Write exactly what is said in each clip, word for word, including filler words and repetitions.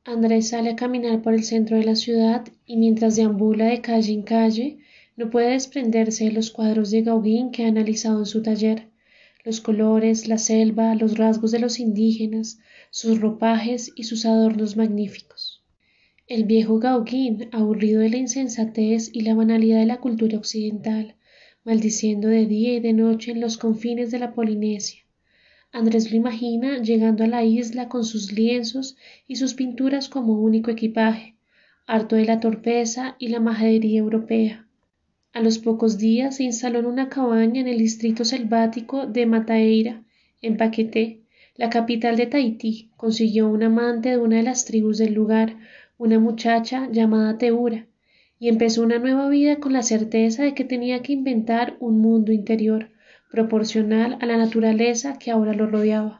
Andrés sale a caminar por el centro de la ciudad y mientras deambula de calle en calle, no puede desprenderse de los cuadros de Gauguin que ha analizado en su taller. Los colores, la selva, los rasgos de los indígenas, sus ropajes y sus adornos magníficos. El viejo Gauguin, aburrido de la insensatez y la banalidad de la cultura occidental, maldiciendo de día y de noche en los confines de la Polinesia. Andrés lo imagina llegando a la isla con sus lienzos y sus pinturas como único equipaje, harto de la torpeza y la majadería europea. A los pocos días se instaló en una cabaña en el distrito selvático de Mataheira, en Paquetá, la capital de Tahití. Consiguió un amante de una de las tribus del lugar, una muchacha llamada Teura, y empezó una nueva vida con la certeza de que tenía que inventar un mundo interior, proporcional a la naturaleza que ahora lo rodeaba.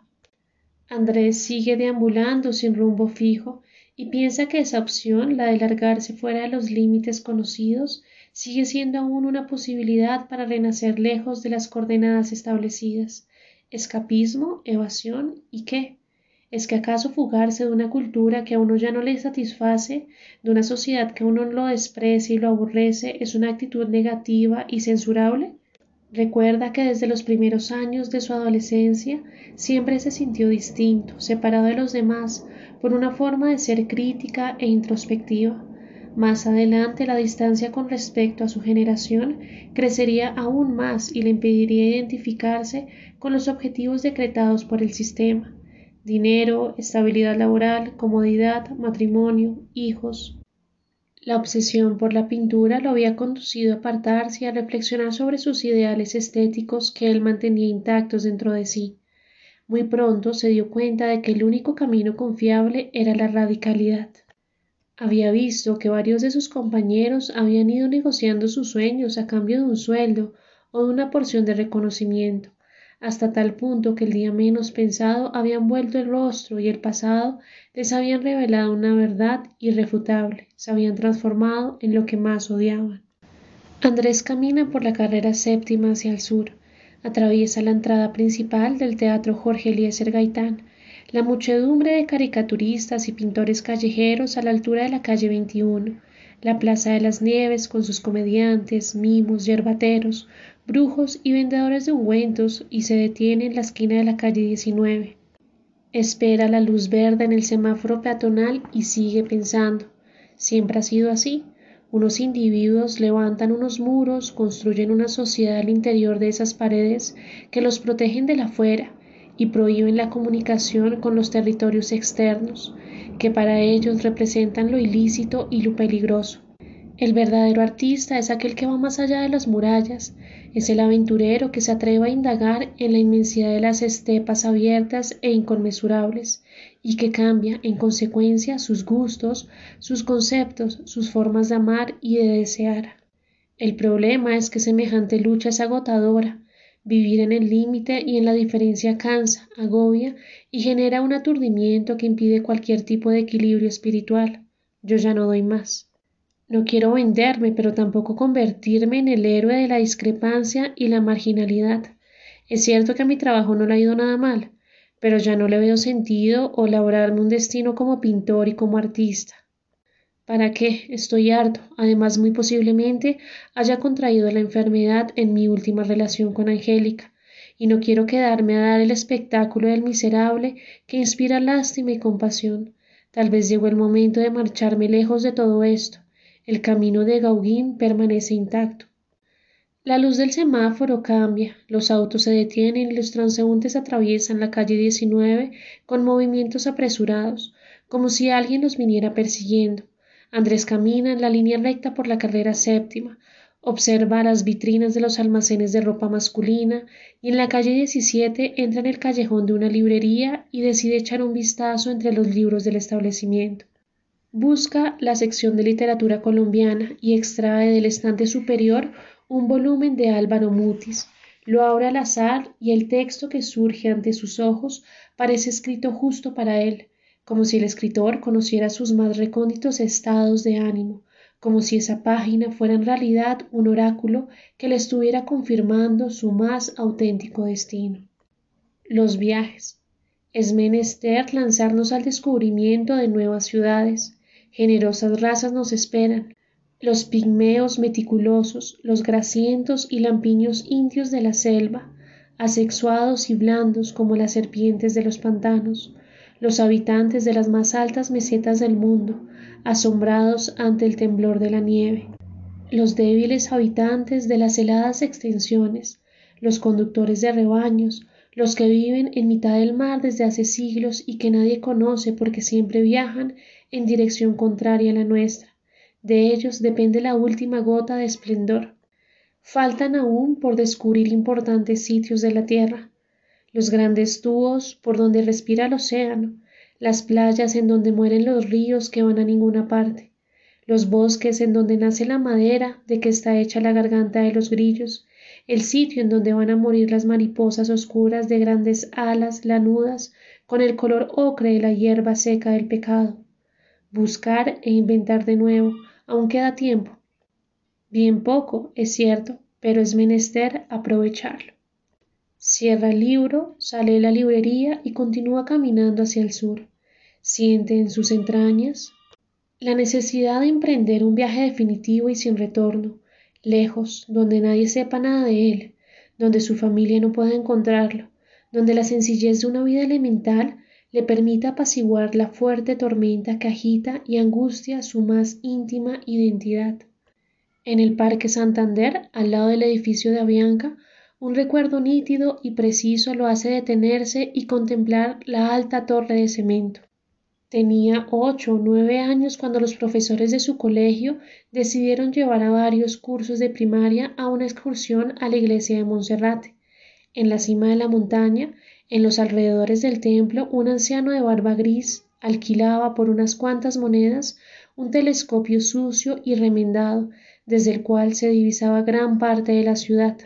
Andrés sigue deambulando sin rumbo fijo y piensa que esa opción, la de largarse fuera de los límites conocidos, sigue siendo aún una posibilidad para renacer lejos de las coordenadas establecidas. Escapismo, evasión ¿y qué? ¿Es que acaso fugarse de una cultura que a uno ya no le satisface, de una sociedad que a uno lo desprecia y lo aborrece, es una actitud negativa y censurable? Recuerda que desde los primeros años de su adolescencia siempre se sintió distinto, separado de los demás, por una forma de ser crítica e introspectiva. Más adelante la distancia con respecto a su generación crecería aún más y le impediría identificarse con los objetivos decretados por el sistema: dinero, estabilidad laboral, comodidad, matrimonio, hijos. La obsesión por la pintura lo había conducido a apartarse y a reflexionar sobre sus ideales estéticos que él mantenía intactos dentro de sí. Muy pronto se dio cuenta de que el único camino confiable era la radicalidad. Había visto que varios de sus compañeros habían ido negociando sus sueños a cambio de un sueldo o de una porción de reconocimiento, hasta tal punto que el día menos pensado habían vuelto el rostro y el pasado les habían revelado una verdad irrefutable, se habían transformado en lo que más odiaban. Andrés camina por la carrera séptima hacia el sur, atraviesa la entrada principal del Teatro Jorge Eliezer Gaitán, la muchedumbre de caricaturistas y pintores callejeros a la altura de la calle veintiuno, la Plaza de las Nieves con sus comediantes, mimos, yerbateros, brujos y vendedores de ungüentos, y se detiene en la esquina de la calle diecinueve. Espera la luz verde en el semáforo peatonal y sigue pensando. Siempre ha sido así. Unos individuos levantan unos muros, construyen una sociedad al interior de esas paredes que los protegen del afuera y prohíben la comunicación con los territorios externos, que para ellos representan lo ilícito y lo peligroso. El verdadero artista es aquel que va más allá de las murallas, es el aventurero que se atreve a indagar en la inmensidad de las estepas abiertas e inconmensurables, y que cambia, en consecuencia, sus gustos, sus conceptos, sus formas de amar y de desear. El problema es que semejante lucha es agotadora. Vivir en el límite y en la diferencia cansa, agobia y genera un aturdimiento que impide cualquier tipo de equilibrio espiritual. Yo ya no doy más. No quiero venderme, pero tampoco convertirme en el héroe de la discrepancia y la marginalidad. Es cierto que a mi trabajo no le ha ido nada mal, pero ya no le veo sentido o labrarme un destino como pintor y como artista. ¿Para qué? Estoy harto. Además, muy posiblemente haya contraído la enfermedad en mi última relación con Angélica, y no quiero quedarme a dar el espectáculo del miserable que inspira lástima y compasión. Tal vez llegó el momento de marcharme lejos de todo esto. El camino de Gauguin permanece intacto. La luz del semáforo cambia, los autos se detienen y los transeúntes atraviesan la calle diecinueve con movimientos apresurados, como si alguien los viniera persiguiendo. Andrés camina en la línea recta por la carrera séptima, observa las vitrinas de los almacenes de ropa masculina y en la calle diecisiete entra en el callejón de una librería y decide echar un vistazo entre los libros del establecimiento. Busca la sección de literatura colombiana y extrae del estante superior un volumen de Álvaro Mutis. Lo abre al azar y el texto que surge ante sus ojos parece escrito justo para él, como si el escritor conociera sus más recónditos estados de ánimo, como si esa página fuera en realidad un oráculo que le estuviera confirmando su más auténtico destino. Los viajes. Es menester lanzarnos al descubrimiento de nuevas ciudades. Generosas razas nos esperan. Los pigmeos meticulosos, los grasientos y lampiños indios de la selva, asexuados y blandos como las serpientes de los pantanos, los habitantes de las más altas mesetas del mundo, asombrados ante el temblor de la nieve, los débiles habitantes de las heladas extensiones, los conductores de rebaños, los que viven en mitad del mar desde hace siglos y que nadie conoce porque siempre viajan en dirección contraria a la nuestra. De ellos depende la última gota de esplendor. Faltan aún por descubrir importantes sitios de la tierra, los grandes tubos por donde respira el océano, las playas en donde mueren los ríos que van a ninguna parte, los bosques en donde nace la madera de que está hecha la garganta de los grillos, el sitio en donde van a morir las mariposas oscuras de grandes alas lanudas con el color ocre de la hierba seca del pecado. Buscar e inventar de nuevo, aún queda tiempo. Bien poco, es cierto, pero es menester aprovecharlo. Cierra el libro, sale de la librería y continúa caminando hacia el sur. Siente en sus entrañas la necesidad de emprender un viaje definitivo y sin retorno, lejos, donde nadie sepa nada de él, donde su familia no pueda encontrarlo, donde la sencillez de una vida elemental le permita apaciguar la fuerte tormenta que agita y angustia su más íntima identidad. En el Parque Santander, al lado del edificio de Avianca, un recuerdo nítido y preciso lo hace detenerse y contemplar la alta torre de cemento. Tenía ocho o nueve años cuando los profesores de su colegio decidieron llevar a varios cursos de primaria a una excursión a la iglesia de Monserrate. En la cima de la montaña, en los alrededores del templo, un anciano de barba gris alquilaba por unas cuantas monedas un telescopio sucio y remendado, desde el cual se divisaba gran parte de la ciudad.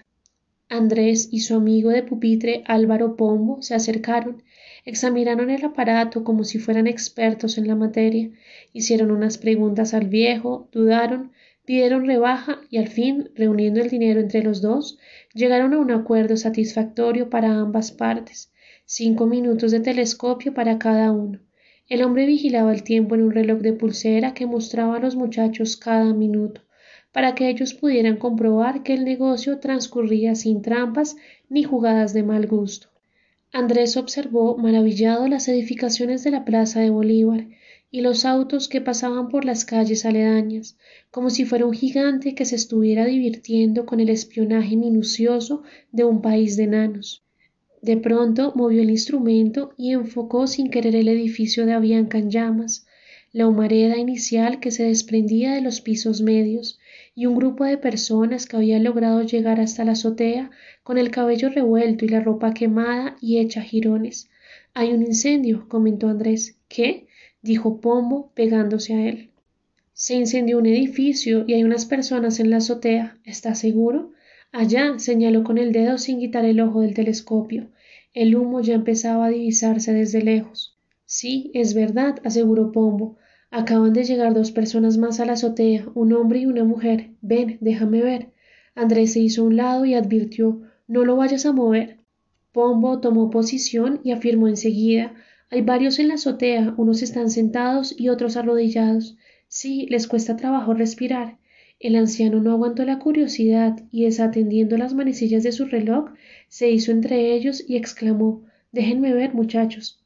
Andrés y su amigo de pupitre Álvaro Pombo se acercaron, examinaron el aparato como si fueran expertos en la materia, hicieron unas preguntas al viejo, dudaron, pidieron rebaja y al fin, reuniendo el dinero entre los dos, llegaron a un acuerdo satisfactorio para ambas partes, cinco minutos de telescopio para cada uno. El hombre vigilaba el tiempo en un reloj de pulsera que mostraba a los muchachos cada minuto, para que ellos pudieran comprobar que el negocio transcurría sin trampas ni jugadas de mal gusto. Andrés observó maravillado las edificaciones de la plaza de Bolívar y los autos que pasaban por las calles aledañas, como si fuera un gigante que se estuviera divirtiendo con el espionaje minucioso de un país de enanos. De pronto movió el instrumento y enfocó sin querer el edificio de Avianca en llamas, la humareda inicial que se desprendía de los pisos medios y un grupo de personas que había logrado llegar hasta la azotea con el cabello revuelto y la ropa quemada y hecha jirones. «Hay un incendio», comentó Andrés. «¿Qué?», dijo Pombo pegándose a él. «Se incendió un edificio y hay unas personas en la azotea. ¿Estás seguro?» «Allá», señaló con el dedo sin quitar el ojo del telescopio. El humo ya empezaba a divisarse desde lejos. «Sí, es verdad», aseguró Pombo. «Acaban de llegar dos personas más a la azotea, un hombre y una mujer. Ven, déjame ver». Andrés se hizo a un lado y advirtió: «No lo vayas a mover». Pombo tomó posición y afirmó enseguida: «Hay varios en la azotea, unos están sentados y otros arrodillados. Sí, les cuesta trabajo respirar». El anciano no aguantó la curiosidad y, desatendiendo las manecillas de su reloj, se hizo entre ellos y exclamó: «Déjenme ver, muchachos».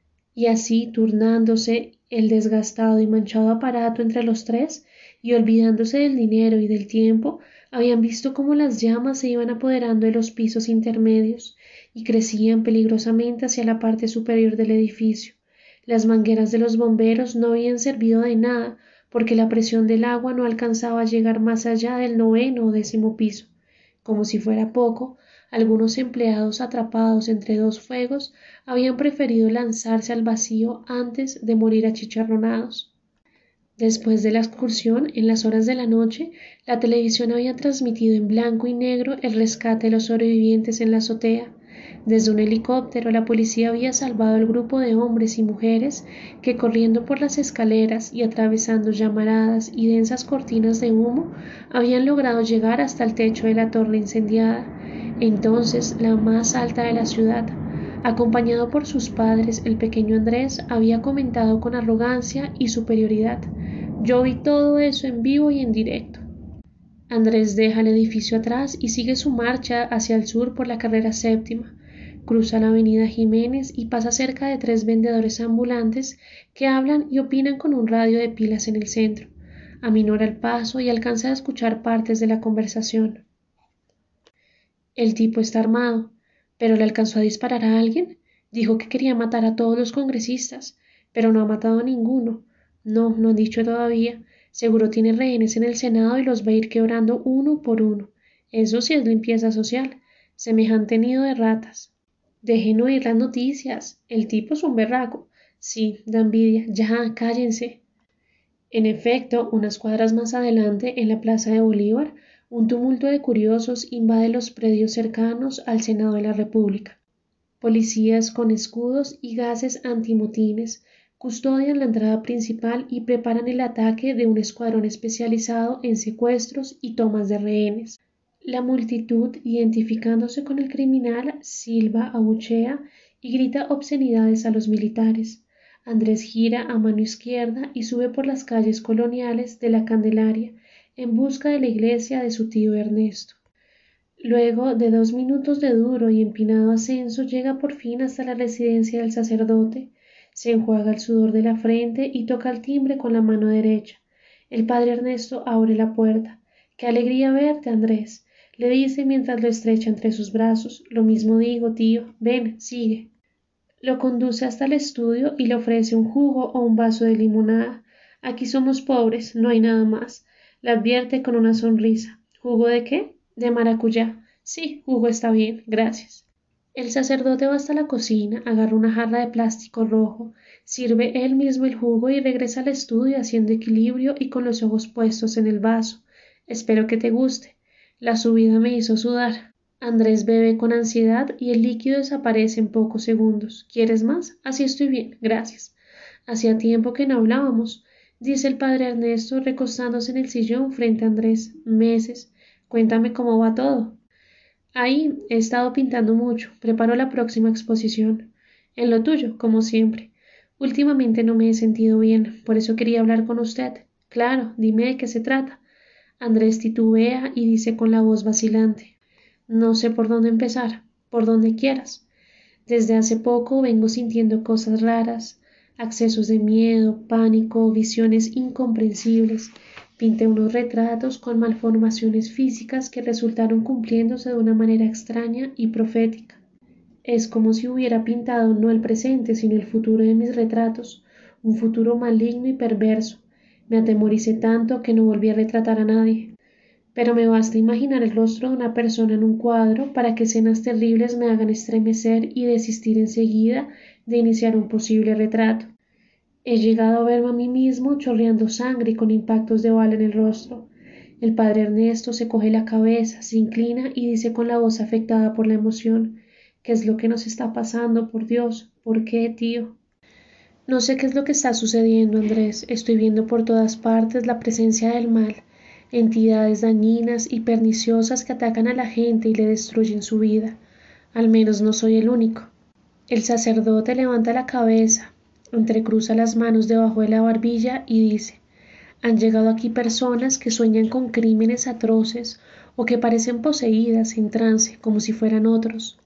Y así, turnándose el desgastado y manchado aparato entre los tres, y olvidándose del dinero y del tiempo, habían visto cómo las llamas se iban apoderando de los pisos intermedios y crecían peligrosamente hacia la parte superior del edificio. Las mangueras de los bomberos no habían servido de nada, porque la presión del agua no alcanzaba a llegar más allá del noveno o décimo piso. Como si fuera poco, algunos empleados atrapados entre dos fuegos habían preferido lanzarse al vacío antes de morir achicharronados. Después de la excursión, en las horas de la noche, la televisión había transmitido en blanco y negro el rescate de los sobrevivientes en la azotea. Desde un helicóptero, la policía había salvado al grupo de hombres y mujeres que, corriendo por las escaleras y atravesando llamaradas y densas cortinas de humo, habían logrado llegar hasta el techo de la torre incendiada, entonces la más alta de la ciudad. Acompañado por sus padres, el pequeño Andrés había comentado con arrogancia y superioridad: «Yo vi todo eso en vivo y en directo». Andrés deja el edificio atrás y sigue su marcha hacia el sur por la carrera séptima. Cruza la avenida Jiménez y pasa cerca de tres vendedores ambulantes que hablan y opinan con un radio de pilas en el centro. Aminora el paso y alcanza a escuchar partes de la conversación. El tipo está armado, pero ¿le alcanzó a disparar a alguien? Dijo que quería matar a todos los congresistas, pero no ha matado a ninguno. No, no han dicho todavía. Seguro tiene rehenes en el Senado y los va a ir quebrando uno por uno. Eso sí es limpieza social. Semejante nido de ratas. Dejen oír las noticias. El tipo es un berraco. Sí, da envidia. Ya, cállense. En efecto, unas cuadras más adelante, en la plaza de Bolívar, un tumulto de curiosos invade los predios cercanos al Senado de la República. Policías con escudos y gases antimotines custodian la entrada principal y preparan el ataque de un escuadrón especializado en secuestros y tomas de rehenes. La multitud, identificándose con el criminal, silba, abuchea y grita obscenidades a los militares. Andrés gira a mano izquierda y sube por las calles coloniales de la Candelaria en busca de la iglesia de su tío Ernesto. Luego de dos minutos de duro y empinado ascenso, llega por fin hasta la residencia del sacerdote, se enjuaga el sudor de la frente y toca el timbre con la mano derecha. El padre Ernesto abre la puerta. «Qué alegría verte, Andrés», le dice mientras lo estrecha entre sus brazos. «Lo mismo digo, tío. Ven, sigue». Lo conduce hasta el estudio y le ofrece un jugo o un vaso de limonada. «Aquí somos pobres, no hay nada más», le advierte con una sonrisa. «¿Jugo de qué?» «De maracuyá». «Sí, jugo está bien, gracias». El sacerdote va hasta la cocina, agarra una jarra de plástico rojo, sirve él mismo el jugo y regresa al estudio haciendo equilibrio y con los ojos puestos en el vaso. «Espero que te guste. La subida me hizo sudar». Andrés bebe con ansiedad y el líquido desaparece en pocos segundos. «¿Quieres más? Así estoy bien, gracias». «Hacía tiempo que no hablábamos», dice el padre Ernesto recostándose en el sillón frente a Andrés. «Meses. Cuéntame cómo va todo». «Ahí he estado pintando mucho. Preparo la próxima exposición». «En lo tuyo, como siempre». «Últimamente no me he sentido bien, por eso quería hablar con usted». «Claro, dime de qué se trata». Andrés titubea y dice con la voz vacilante: «No sé por dónde empezar». «Por donde quieras». «Desde hace poco vengo sintiendo cosas raras, accesos de miedo, pánico, visiones incomprensibles». Pinté unos retratos con malformaciones físicas que resultaron cumpliéndose de una manera extraña y profética. Es como si hubiera pintado no el presente, sino el futuro de mis retratos, un futuro maligno y perverso. Me atemoricé tanto que no volví a retratar a nadie. Pero me basta imaginar el rostro de una persona en un cuadro para que escenas terribles me hagan estremecer y desistir enseguida de iniciar un posible retrato. He llegado a verme a mí mismo chorreando sangre y con impactos de bala en el rostro. El padre Ernesto se coge la cabeza, se inclina y dice con la voz afectada por la emoción: «¿Qué es lo que nos está pasando, por Dios? ¿Por qué, tío?» «No sé qué es lo que está sucediendo, Andrés. Estoy viendo por todas partes la presencia del mal, entidades dañinas y perniciosas que atacan a la gente y le destruyen su vida. Al menos no soy el único». El sacerdote levanta la cabeza, entrecruza las manos debajo de la barbilla y dice: «Han llegado aquí personas que sueñan con crímenes atroces o que parecen poseídas en trance como si fueran otros.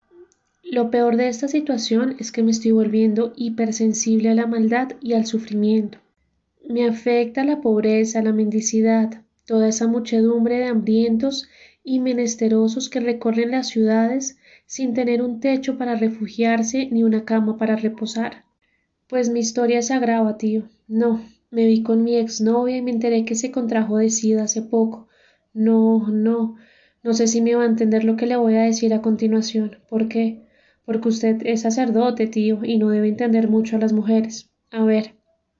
Lo peor de esta situación es que me estoy volviendo hipersensible a la maldad y al sufrimiento. Me afecta la pobreza, la mendicidad, toda esa muchedumbre de hambrientos y menesterosos que recorren las ciudades sin tener un techo para refugiarse ni una cama para reposar. Pues mi historia se agrava, tío. No, me vi con mi exnovia y me enteré que se contrajo de sida hace poco. No, no, no sé si me va a entender lo que le voy a decir a continuación. ¿Por qué? Porque usted es sacerdote, tío, y no debe entender mucho a las mujeres. A ver».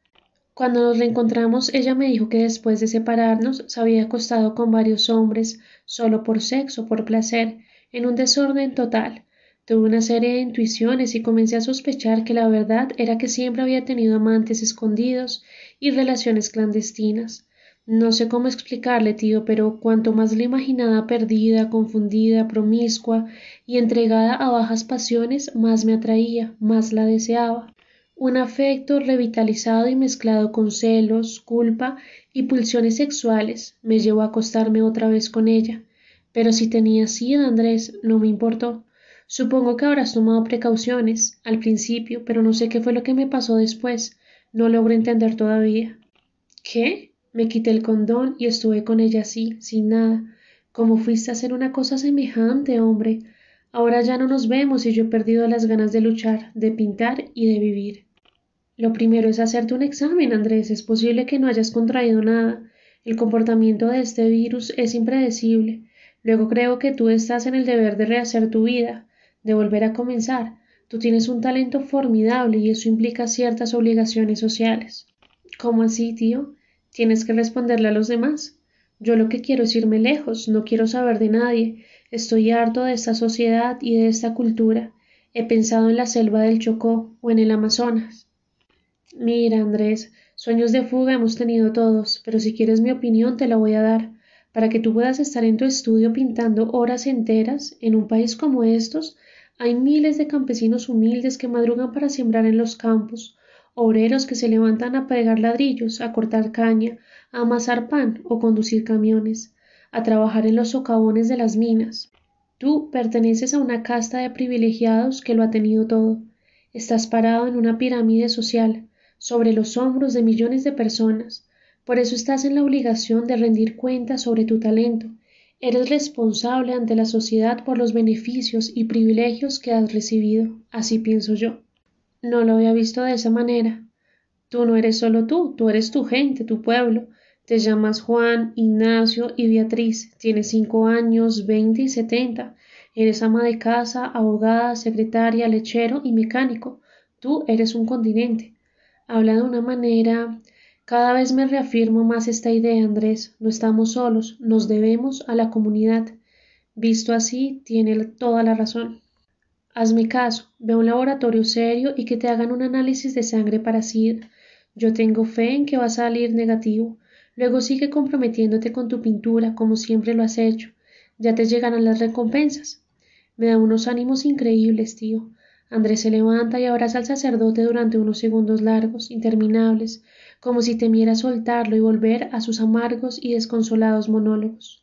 Cuando nos reencontramos, ella me dijo que después de separarnos se había acostado con varios hombres, solo por sexo, por placer, en un desorden total. Tuve una serie de intuiciones y comencé a sospechar que la verdad era que siempre había tenido amantes escondidos y relaciones clandestinas. No sé cómo explicarle, tío, pero cuanto más la imaginaba perdida, confundida, promiscua y entregada a bajas pasiones, más me atraía, más la deseaba. Un afecto revitalizado y mezclado con celos, culpa y pulsiones sexuales me llevó a acostarme otra vez con ella. Pero si tenía sed, Andrés, no me importó. Supongo que habrás tomado precauciones al principio, pero no sé qué fue lo que me pasó después. No logro entender todavía. ¿Qué? Me quité el condón y estuve con ella así, sin nada. ¿Cómo fuiste a hacer una cosa semejante, hombre? Ahora ya no nos vemos y yo he perdido las ganas de luchar, de pintar y de vivir. Lo primero es hacerte un examen, Andrés. Es posible que no hayas contraído nada. El comportamiento de este virus es impredecible. Luego creo que tú estás en el deber de rehacer tu vida, de volver a comenzar. Tú tienes un talento formidable y eso implica ciertas obligaciones sociales. ¿Cómo así, tío? Tienes que responderle a los demás. Yo lo que quiero es irme lejos, no quiero saber de nadie. Estoy harto de esta sociedad y de esta cultura. He pensado en la selva del Chocó o en el Amazonas. Mira, Andrés, sueños de fuga hemos tenido todos, pero si quieres mi opinión te la voy a dar. Para que tú puedas estar en tu estudio pintando horas enteras, en un país como estos, hay miles de campesinos humildes que madrugan para sembrar en los campos, obreros que se levantan a pregar ladrillos, a cortar caña, a amasar pan o conducir camiones, a trabajar en los socavones de las minas. Tú perteneces a una casta de privilegiados que lo ha tenido todo. Estás parado en una pirámide social, sobre los hombros de millones de personas. Por eso estás en la obligación de rendir cuentas sobre tu talento. Eres responsable ante la sociedad por los beneficios y privilegios que has recibido. Así pienso yo. No lo había visto de esa manera. Tú no eres solo tú, tú eres tu gente, tu pueblo. Te llamas Juan, Ignacio y Beatriz. Tienes cinco años, veinte y setenta. Eres ama de casa, abogada, secretaria, lechero y mecánico. Tú eres un continente. Habla de una manera. Cada vez me reafirmo más esta idea, Andrés. No estamos solos, nos debemos a la comunidad. Visto así, tiene toda la razón. Hazme caso, ve a un laboratorio serio y que te hagan un análisis de sangre para SIDA. Yo tengo fe en que va a salir negativo. Luego sigue comprometiéndote con tu pintura, como siempre lo has hecho. Ya te llegarán las recompensas. Me da unos ánimos increíbles, tío. Andrés se levanta y abraza al sacerdote durante unos segundos largos, interminables, como si temiera soltarlo y volver a sus amargos y desconsolados monólogos.